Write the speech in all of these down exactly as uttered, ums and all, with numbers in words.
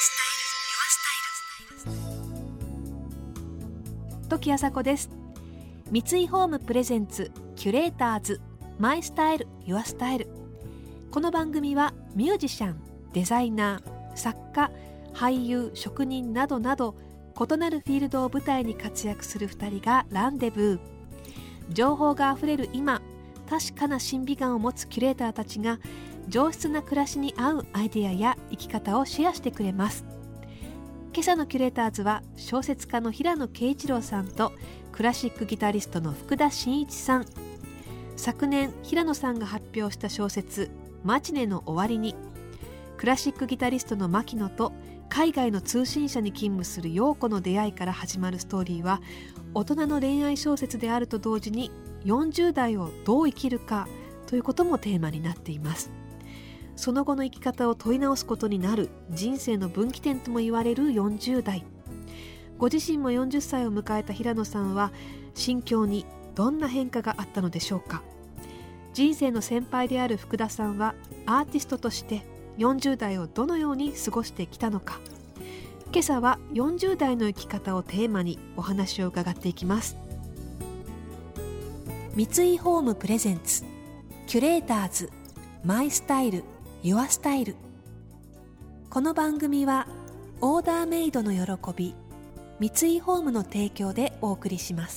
時あさこです。三井ホームプレゼンツキュレーターズマイスタイルユアスタイル。この番組はミュージシャン、デザイナー、作家、俳優、職人などなど異なるフィールドを舞台に活躍するふたりがランデブー。情報があふれる今、確かな審美眼を持つキュレーターたちが上質な暮らしに合うアイデアや生き方をシェアしてくれます。今朝のキュレーターズは小説家の平野啓一郎さんとクラシックギタリストの福田真一さん。昨年平野さんが発表した小説マチネの終わりに、クラシックギタリストの牧野と海外の通信社に勤務する陽子の出会いから始まるストーリーは、大人の恋愛小説であると同時によんじゅう代をどう生きるかということもテーマになっています。その後の生き方を問い直すことになる人生の分岐点とも言われるよんじゅう代。ご自身もよんじゅっさいを迎えた平野さんは心境にどんな変化があったのでしょうか。人生の先輩である福田さんはアーティストとしてよんじゅう代をどのように過ごしてきたのか。今朝はよんじゅう代の生き方をテーマにお話を伺っていきます。三井ホームプレゼンツキュレーターズマイスタイルユアスタイル。この番組はオーダーメイドの喜び、三井ホームの提供でお送りします。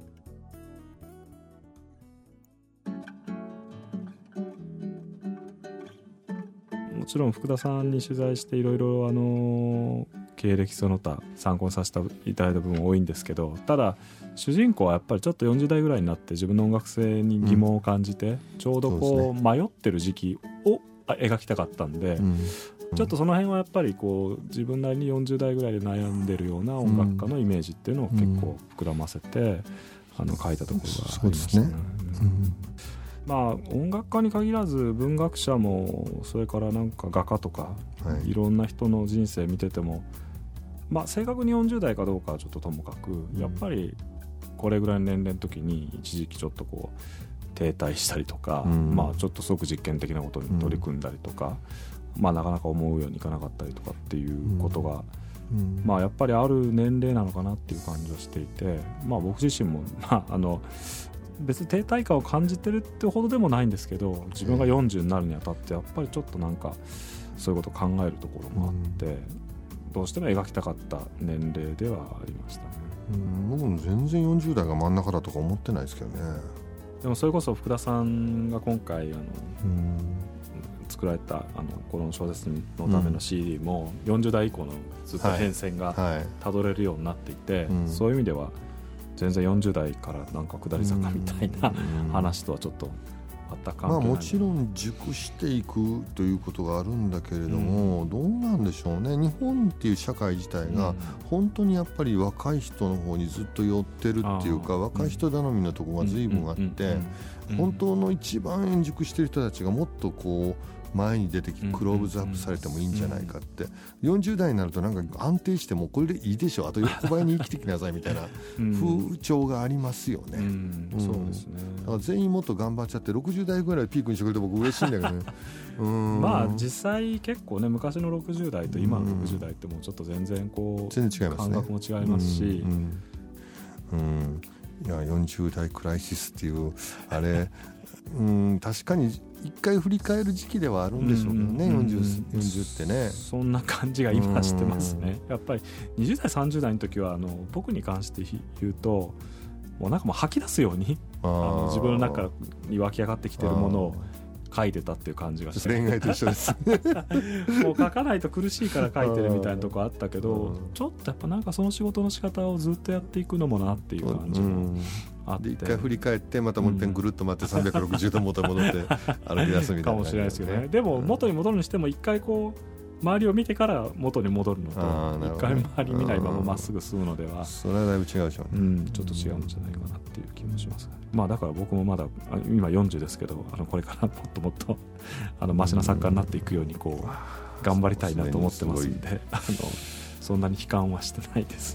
もちろん福田さんに取材していろいろあの経歴その他参考にさせていただいた部分多いんですけど、ただ主人公はやっぱりちょっとよんじゅう代ぐらいになって自分の音楽性に疑問を感じて、うん、ちょうどこう迷ってる時期を描きたかったんで、うん、ちょっとその辺はやっぱりこう自分なりによんじゅう代ぐらいで悩んでるような音楽家のイメージっていうのを結構膨らませて、うん、あの書いたところがありましたね。まあ音楽家に限らず文学者もそれからなんか画家とか、はい、いろんな人の人生見てても、まあ正確によんじゅう代かどうかはちょっとともかく、やっぱりこれぐらいの年齢の時に一時期ちょっとこう停滞したりとか、うん、まあちょっとすごく実験的なことに取り組んだりとか、うん、まあなかなか思うようにいかなかったりとかっていうことが、うん、まあやっぱりある年齢なのかなっていう感じはしていて、まあ僕自身もまああの別に停滞感を感じてるってほどでもないんですけど、自分がよんじゅうになるにあたってやっぱりちょっとなんかそういうことを考えるところもあって、うん、どうしても描きたかった年齢ではありましたね。 うん、僕も全然よんじゅう代が真ん中だとか思ってないですけどね。 でもそれこそ福田さんが今回あの、うん、作られたあのこの小説のための シーディー もよんじゅう代以降のずっと変遷がたどれるようになっていて、はいはい、そういう意味では全然よんじゅう代からなんか下り坂みたいな話とはちょっと全く関係ない、まあ、 もちろん熟していくということがあるんだけれども、うん、どうなんでしょうね。日本っていう社会自体が本当にやっぱり若い人の方にずっと寄ってるっていうか、若い人頼みのところが随分あって、本当の一番円熟してる人たちがもっとこう前に出てきてクローズアップされてもいいんじゃないかって、よんじゅう代になるとなんか安定してもうこれでいいでしょ、あと横ばいに生きてきなさいみたいな風潮がありますよね。うんうん、そうですね。だから全員もっと頑張っちゃってろくじゅう代ぐらいピークにしてくれて僕嬉しいんだけどね。うん、まあ実際結構ね、昔のろくじゅう代と今のろくじゅう代ってもうちょっと全然こう全然違いますね。 感覚も違いますし、うんうんうん、いやよんじゅう代クライシスっていうあれうん、確かに一回振り返る時期ではあるんでしょうけどね、うんうん、よんじゅう, よんじゅうってね、 そんな感じが今してますね。やっぱりにじゅう代さんじゅう代の時はあの僕に関して言うともうなんかもう吐き出すようにあの自分の中に湧き上がってきてるものを書いてたっていう感じがして、 恋愛と一緒ですもう書かないと苦しいから書いてるみたいなとこあったけど、ちょっとやっぱなんかその仕事の仕方をずっとやっていくのもなっていう感じもあって、 で一回振り返ってまたもう一遍ぐるっと回ってさんびゃくろくじゅうど元戻って歩き出すみたいな、ね、 かもしれないですけどね。でも元に戻るにしても一回こう周りを見てから元に戻るのと、一回周り見ないまままっすぐ進むのではそれはだいぶ違うでしょうね、 うん、ちょっと違うんじゃないかなっていう気もします、ね。まあ、だから僕もまだ今よんじゅうですけど、あのこれからもっともっとあのマシな作家になっていくようにこう頑張りたいなと思ってますんで、あのそんなに悲観はしてないです。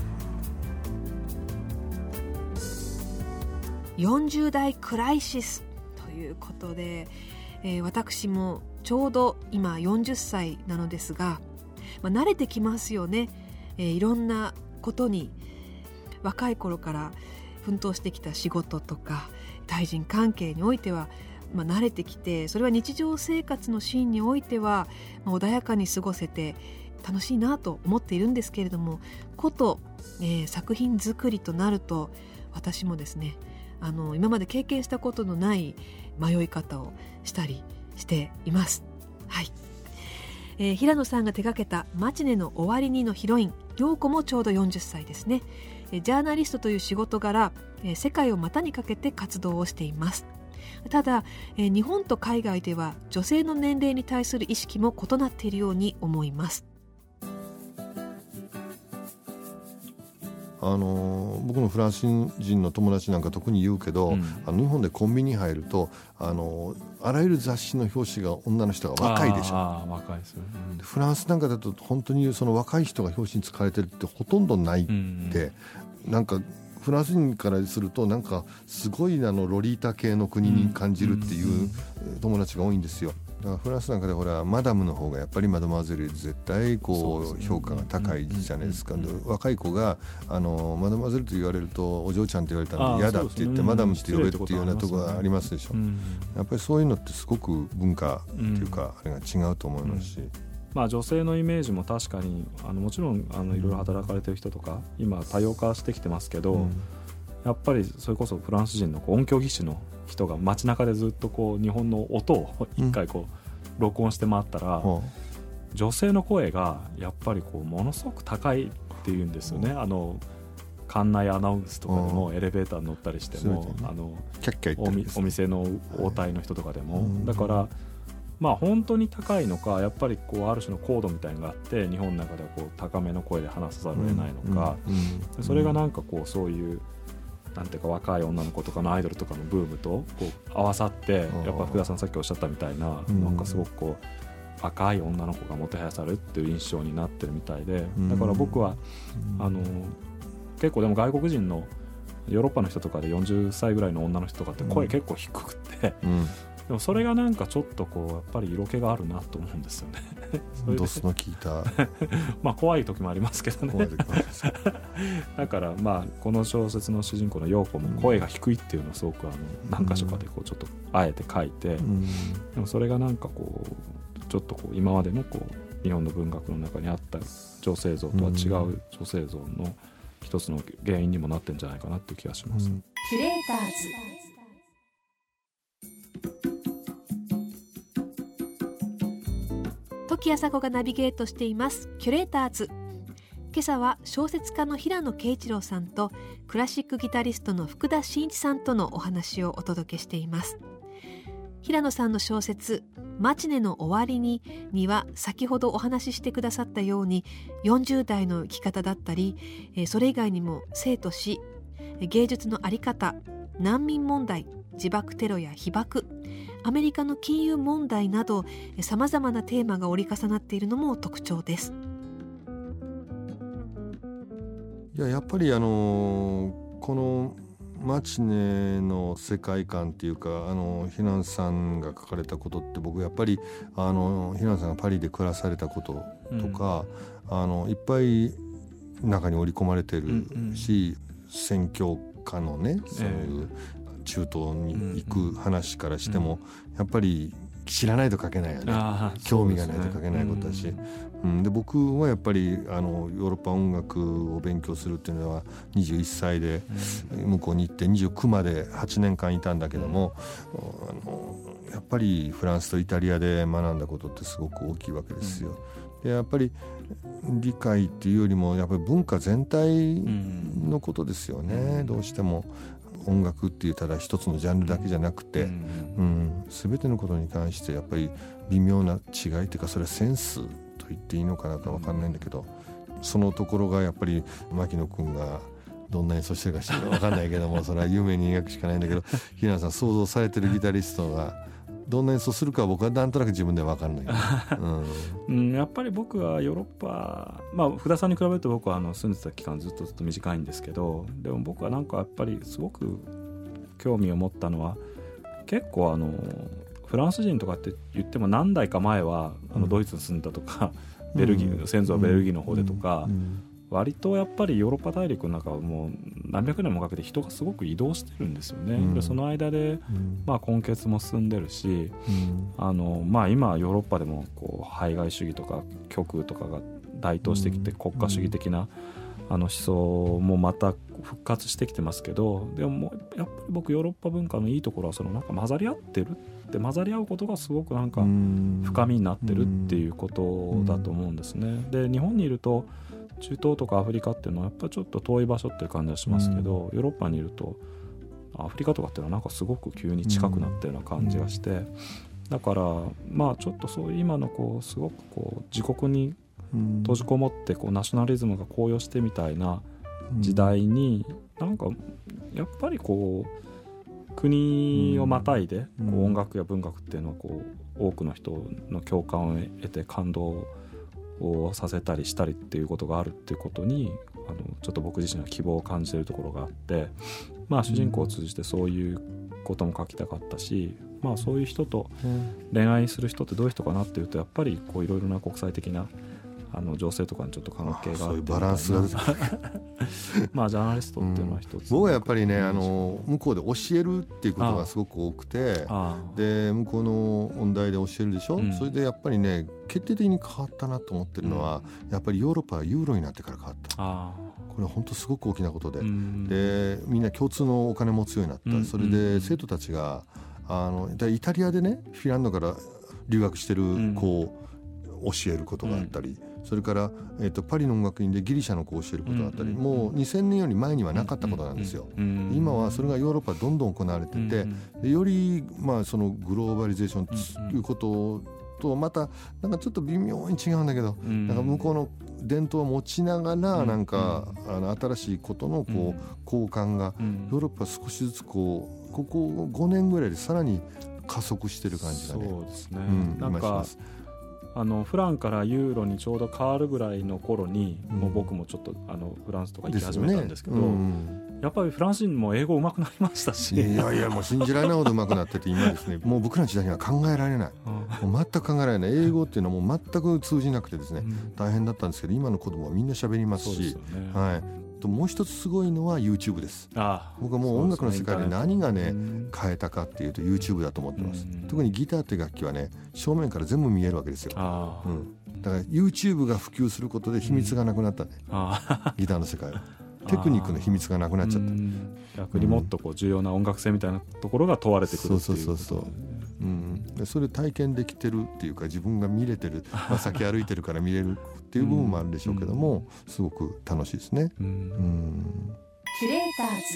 よんじゅう代クライシスということで、えー、私もちょうど今よんじゅっさいなのですが、 まあ、慣れてきますよね、えー、いろんなことに若い頃から奮闘してきた仕事とか対人関係においては、まあ、慣れてきて、それは日常生活のシーンにおいては、まあ、穏やかに過ごせて楽しいなと思っているんですけれども、こと、えー、作品作りとなると私もですね、あの今まで経験したことのない迷い方をしたりしています。はい、えー、平野さんが手掛けたマチネの終わりにのヒロイン陽子もちょうどよんじゅっさいですね。ジャーナリストという仕事柄、世界を股にかけて活動をしています。ただ日本と海外では女性の年齢に対する意識も異なっているように思います。 あの僕のフランス人の友達なんか特に言うけど、うん、あの日本でコンビニ入るとあのあらゆる雑誌の表紙が女の人が若いでしょ。 ああ若いですよ、うん、 フランスなんかだと本当にその若い人が表紙に使われてるってほとんどないって、うんうん、なんかフランス人からするとなんかすごいあのロリータ系の国に感じるっていう友達が多いんですよ。だからフランスなんかでほらマダムの方がやっぱりマドモアゼルより絶対こう評価が高いじゃないですか。若い子があのマドモアゼルと言われるとお嬢ちゃんと言われたら嫌だって言ってマダムって呼べっていうようなところがありますでしょ。やっぱりそういうのってすごく文化っていうかあれが違うと思いますし、 まあ、女性のイメージも確かにあのもちろんあのいろいろ働かれてる人とか今多様化してきてますけど、うん、やっぱりそれこそフランス人のこう音響技師の人が街中でずっとこう日本の音を一回こう録音して回ったら、うん、女性の声がやっぱりこうものすごく高いっていうんですよね、うん、あの館内アナウンスとかでもエレベーターに乗ったりしても、うん、あのキャッキャ言ってるんです、 お店の応対の人とかでも、はい、だからまあ本当に高いのかやっぱりこうある種の高度みたいなのがあって日本の中ではこう高めの声で話さざるを得ないのか、うんうん、それがなんかこうそういうなんていうか若い女の子とかのアイドルとかのブームとこう合わさってやっぱ福田さんさっきおっしゃったみたいな、うん、なんかすごくこう若い女の子がもてはやされるっていう印象になってるみたいで、だから僕は、うん、あの結構でも外国人のヨーロッパの人とかでよんじゅっさいぐらいの女の人とかって声結構低くて、うん、でもそれがなんかちょっとこうやっぱり色気があるなと思うんですよねドスの効いたまあ怖い時もありますけどねだからまあこの小説の主人公の陽子も声が低いっていうのをすごくあの何箇所かでこうちょっとあえて書いて、うん、でもそれがなんかこうちょっとこう今までのこう日本の文学の中にあった女性像とは違う女性像の一つの原因にもなってんじゃないかなっていう気がします、うん、キュレーターズ時あさこがナビゲートしていますキュレーターズ。今朝は小説家の平野啓一郎さんとクラシックギタリストの福田真一さんとのお話をお届けしています。平野さんの小説マチネの終わりにには先ほどお話ししてくださったようによんじゅう代の生き方だったり、それ以外にも生と死、芸術の在り方、難民問題、自爆テロや被爆、アメリカの金融問題などさまざまなテーマが織り重なっているのも特徴です。 いや、やっぱりあのこのマチネの世界観っていうか、あの平野さんが書かれたことって僕やっぱりあの平野さんがパリで暮らされたこととか、うん、あのいっぱい中に織り込まれてるし、うんうん、宣教家のねそういう中東に行く話からしても、うんうん、やっぱり知らないと書けないよね。興味がないと書けないことだし、うん、で僕はやっぱりあのヨーロッパ音楽を勉強するっていうのはにじゅういっさいで向こうに行ってにじゅうきゅうまではちねんかんいたんだけども、あのやっぱりフランスとイタリアで学んだことってすごく大きいわけですよ。でやっぱり理解っていうよりもやっぱり文化全体のことですよね。どうしても音楽っていうただ一つのジャンルだけじゃなくて、うん、全てのことに関してやっぱり微妙な違いっていうか、それはセンスと言っていいのかなか分かんないんだけど、そのところがやっぱり牧野君がどんな演奏してるか知ら分かんないけどもそれは夢に描くしかないんだけど平野さん想像されてるギタリストがどんな演奏するかは僕はなんとなく自分では分かんない、 うんうん、やっぱり僕はヨーロッパ、まあ、福田さんに比べると僕はあの住んでた期間ずっとずっと短いんですけど、でも僕はなんかやっぱりすごく興味を持ったのは結構あのフフランス人とかって言っても何代か前はあのドイツに住んだとか、うん、ベルギー先祖はベルギーの方でとか、うんうん、割とやっぱりヨーロッパ大陸の中はもう何百年もかけて人がすごく移動してるんですよね、うん、でその間で、まあ、根血も進んでるし、うん、あのまあ、今ヨーロッパでもこう排外主義とか極右とかが台頭してきて国家主義的な、うんあの思想もまた復活してきてますけど、でももうやっぱり僕ヨーロッパ文化のいいところはそのなんか混ざり合ってるって混ざり合うことがすごくなんか深みになってるっていうことだと思うんですね。で日本にいると中東とかアフリカっていうのはやっぱりちょっと遠い場所っていう感じはしますけど、ヨーロッパにいるとアフリカとかっていうのはなんかすごく急に近くなったような感じがして、だからまあちょっとそういう今のこうすごくこう自国に閉じこもってこうナショナリズムが高揚してみたいな時代に、うん、なんかやっぱりこう国をまたいでこう音楽や文学っていうのはこう多くの人の共感を得て感動をさせたりしたりっていうことがあるっていうことにあのちょっと僕自身は希望を感じているところがあって、まあ、主人公を通じてそういうことも書きたかったし、まあ、そういう人と恋愛する人ってどういう人かなっていうとやっぱりいろいろな国際的なあの情勢とかにちょっと関係があって、 そういうバランスがまあジャーナリストっていうのは一つ、 うん、僕はやっぱりねあの向こうで教えるっていうことがすごく多くて、で向こうの音大で教えるでしょ、うん、それでやっぱりね決定的に変わったなと思ってるのは、うん、やっぱりヨーロッパはユーロになってから変わった。あこれは本当すごく大きなことで、うん、でみんな共通のお金持つようになった、うん、それで生徒たちがあのイタリアでねフィンランドから留学してる子を教えることがあったり、うんそれから、えー、とパリの音楽院でギリシャの子を教えることがあったり、うんうん、もうにせんねんより前にはなかったことなんですよ、うんうん、今はそれがヨーロッパでどんどん行われてて、うんうん、でより、まあ、そのグローバリゼーションということとまたなんかちょっと微妙に違うんだけど、うん、なんか向こうの伝統を持ちながらなんか、うん、あの新しいことのこう交換がヨーロッパ少しずつこうここごねんぐらいでさらに加速してる感じがね。 そうですね、うん、なんかあのフランからユーロにちょうど変わるぐらいの頃に、うん、もう僕もちょっとあのフランスとか行き始めたんですけど、ねうん、やっぱりフランス人も英語上手くなりましたし、 いやいやもう信じられないほど上手くなってて今ですねもう僕らの時代には考えられない、うん、もう全く考えられない英語っていうのはもう全く通じなくてですね、うん、大変だったんですけど今の子供はみんな喋りますし、そうですよね、はい、もう一つすごいのは YouTube です。ああ僕はもう音楽の世界で何がね変えたかっていうと YouTube だと思ってます。特にギターって楽器はね正面から全部見えるわけですよ。あ、うん、だから YouTube が普及することで秘密がなくなったね、うん、あギターの世界はテクニックの秘密がなくなっちゃった。 逆にもっとこう重要な音楽性みたいなところが問われてくるっていう、そうそうそうそう、 うん、でそれ体験できてるっていうか自分が見れてる、まあ、先歩いてるから見れるっていう部分もあるでしょうけども、うん、すごく楽しいですね、うんうん、キュレーター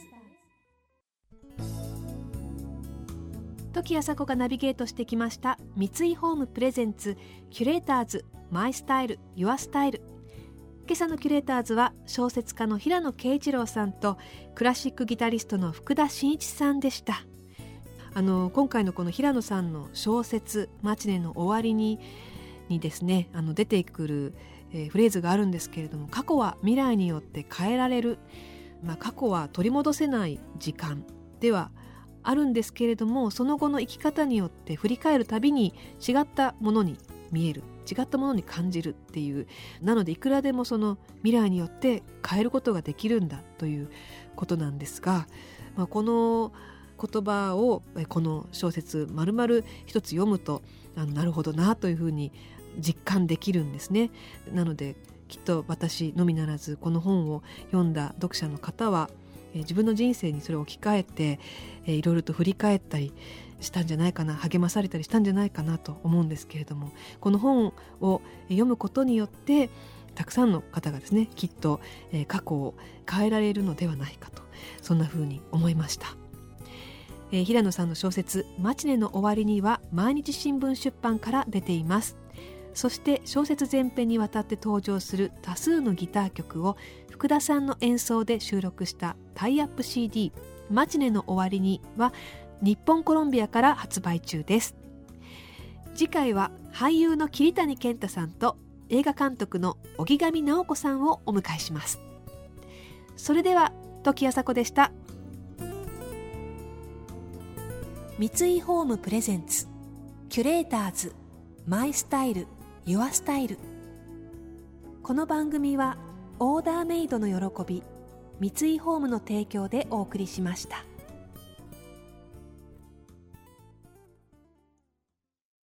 ズ時あさこがナビゲートしてきました三井ホームプレゼンツキュレーターズマイスタイルユアスタイル。今朝のキュレーターズは小説家の平野啓一郎さんとクラシックギタリストの福田真一さんでした。あの今回のこの平野さんの小説マチネの終わりににですねあの出てくる、えー、フレーズがあるんですけれども、過去は未来によって変えられる、まあ、過去は取り戻せない時間ではあるんですけれども、その後の生き方によって振り返るたびに違ったものに見える、違ったものに感じるっていう、なのでいくらでもその未来によって変えることができるんだということなんですが、まあ、この言葉をこの小説丸々一つ読むとあのなるほどなというふうに実感できるんですね。なのできっと私のみならずこの本を読んだ読者の方はえ自分の人生にそれを置き換えてえいろいろと振り返ったりしたんじゃないかな、励まされたりしたんじゃないかなと思うんですけれども、この本を読むことによってたくさんの方がですねきっとえ過去を変えられるのではないかと、そんなふうに思いました。えー、平野さんの小説マチネの終わりには毎日新聞出版から出ています。そして小説全編にわたって登場する多数のギター曲を福田さんの演奏で収録したタイアップ シーディー マチネの終わりには日本コロンビアから発売中です。次回は俳優の桐谷健太さんと映画監督の荻上直子さんをお迎えします。それでは時あさこでした。 三井ホームプレゼンツキュレーターズマイスタイルユアスタイル。この番組はオーダーメイドの喜び三井ホームの提供でお送りしました。